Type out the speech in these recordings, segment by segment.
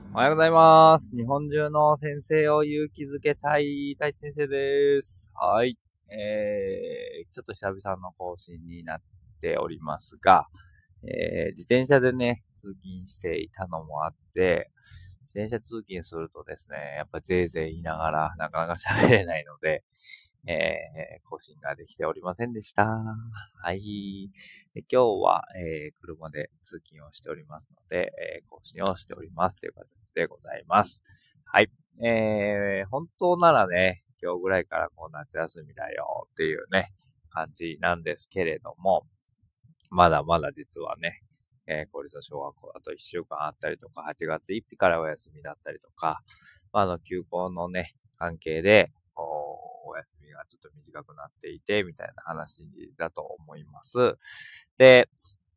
おはようございます。日本中の先生を勇気づけたい、太一先生です。はい。ちょっと久々の更新になっておりますが、自転車でね、通勤していたのもあって、自転車通勤するとですね、やっぱぜいぜい言いながらなかなか喋れないので、更新ができておりませんでした。はい。今日は、車で通勤をしておりますので、更新をしておりますという形でございます。はい。本当ならね、今日ぐらいからこう夏休みだよっていうね、感じなんですけれども、まだまだ実はね、公立の小学校だと1週間あったりとか、8月1日からお休みだったりとか、休校のね、関係で、お休みがちょっと短くなっていて、みたいな話だと思います。で、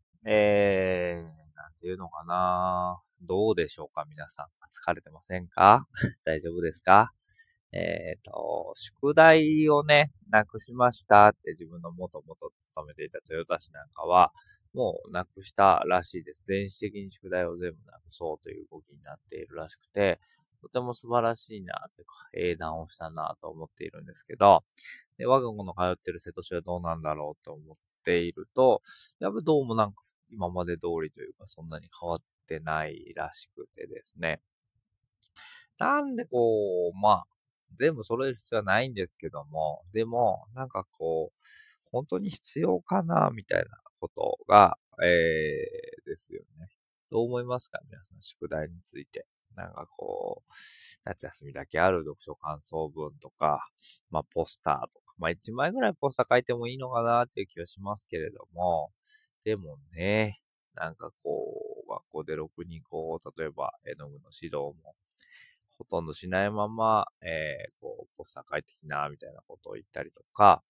なんていうのかな。どうでしょうか皆さん。疲れてませんか大丈夫ですか？宿題をね、なくしましたって自分の元々勤めていた豊田市なんかは、もうなくしたらしいです。電子的に宿題を全部なくそうという動きになっているらしくて、とても素晴らしいなってか、英断をしたなと思っているんですけど、で、我が子の通っている瀬戸市はどうなんだろうと思っていると、やっぱどうもなんか今まで通りというかそんなに変わってないらしくてですね。なんで全部揃える必要はないんですけども、でも、本当に必要かな、みたいなことが、ですよね。どう思いますか皆さん、宿題について。夏休みだけある読書感想文とか、ポスターとか、1枚ぐらいポスター書いてもいいのかなっていう気はしますけれども、でもね、学校でろくに例えば絵の具の指導もほとんどしないまま、ポスター書いてきな、みたいなことを言ったりとか、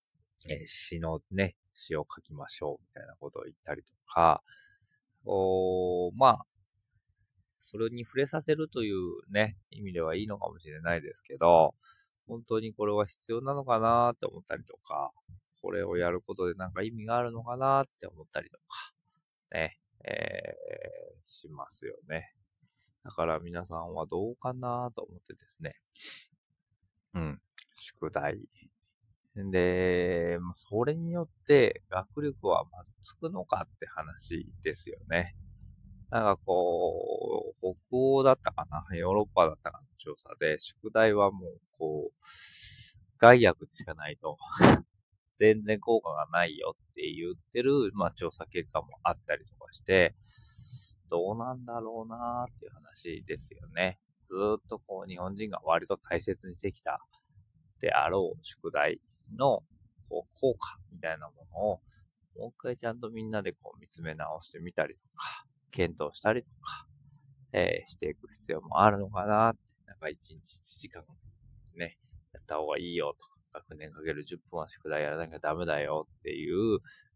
詩を書きましょう、みたいなことを言ったりとか、それに触れさせるというね、意味ではいいのかもしれないですけど、本当にこれは必要なのかなって思ったりとか、これをやることでなんか意味があるのかなって思ったりとか、ね、しますよね。だから皆さんはどうかなと思ってですね。うん。宿題。で、それによって学力はまずつくのかって話ですよね。北欧だったかなヨーロッパだったかの調査で、宿題はもう、害悪でしかないと、全然効果がないよって言ってる、調査結果もあったりとかして、どうなんだろうなーっていう話ですよね。ずーっと日本人が割と大切にしてきたであろう宿題の、効果みたいなものを、もう一回ちゃんとみんなで見つめ直してみたりとか、検討したりとか、していく必要もあるのかなって。なんか1日1時間ね、やった方がいいよとか、学年かける10分は宿題やらなきゃダメだよっていう、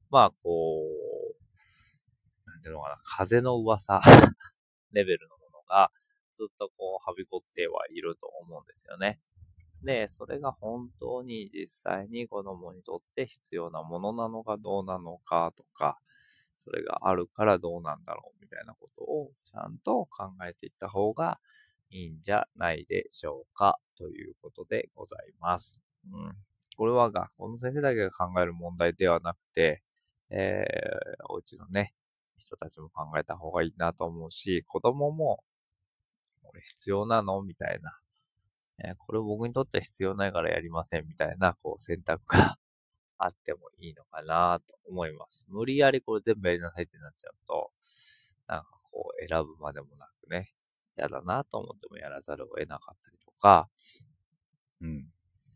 なんていうのかな、風の噂レベルのものがずっとはびこってはいると思うんですよね。で、それが本当に実際に子供にとって必要なものなのかどうなのかとか、それがあるからどうなんだろうみたいなことをちゃんと考えていった方がいいんじゃないでしょうかということでございます。うん。これは学校の先生だけが考える問題ではなくて、お家のね、人たちも考えた方がいいなと思うし、子供も、これ必要なのみたいな。これ僕にとっては必要ないからやりませんみたいな、選択があってもいいのかなと思います。無理やりこれ全部やりなさいってなっちゃうと、選ぶまでもなくね、嫌だなと思ってもやらざるを得なかったりとか、うん、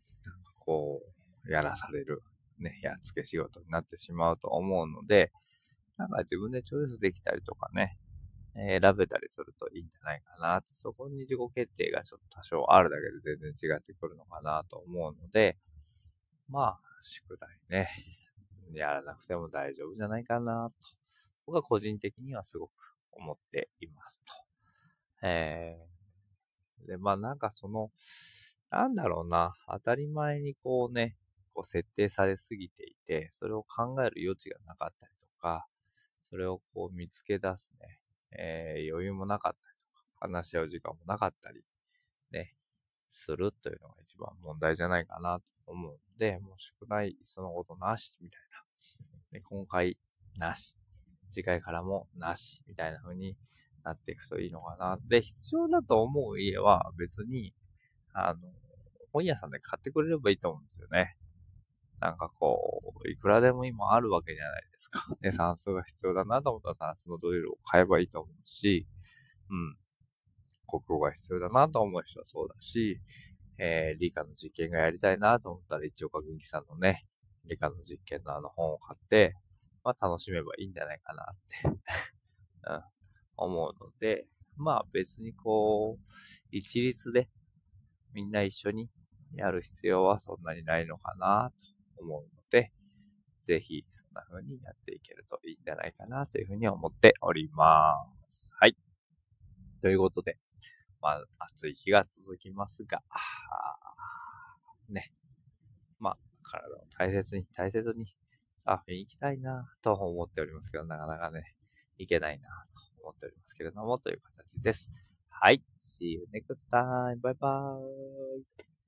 やらされる、ね、やっつけ仕事になってしまうと思うので、自分でチョイスできたりとかね、選べたりするといいんじゃないかなって、そこに自己決定がちょっと多少あるだけで全然違ってくるのかなと思うので、宿題ね、やらなくても大丈夫じゃないかなと、僕は個人的にはすごく思っていますと。で、なんだろうな、当たり前に設定されすぎていて、それを考える余地がなかったりとか、それを見つけ出すね、余裕もなかったりとか。 話し合う時間もなかったり、ね、するというのが一番問題じゃないかなと思うので、もう宿題そのことなし、みたいな。で、今回なし。次回からもなし、みたいな風になっていくといいのかな。で、必要だと思う家は別に、本屋さんで買ってくれればいいと思うんですよね。なんかこう、いくらでも今あるわけじゃないですか。で、算数が必要だなと思ったら算数のドリルを買えばいいと思うし、うん。国語が必要だなと思う人はそうだし、理科の実験がやりたいなと思ったら一岡元気さんのね、理科の実験の本を買って、まあ楽しめばいいんじゃないかなってうん、思うので、まあ別にこう、一律でみんな一緒にやる必要はそんなにないのかなと思うので、ぜひそんな風にやっていけるといいんじゃないかなというふうに思っております。はい。ということで、まあ暑い日が続きますが、ね。まあ体を大切にサーフィン行きたいなと思っておりますけど、なかなかね、行けないなと思っておりますけれども、という形です。はい。See you next time. Bye bye.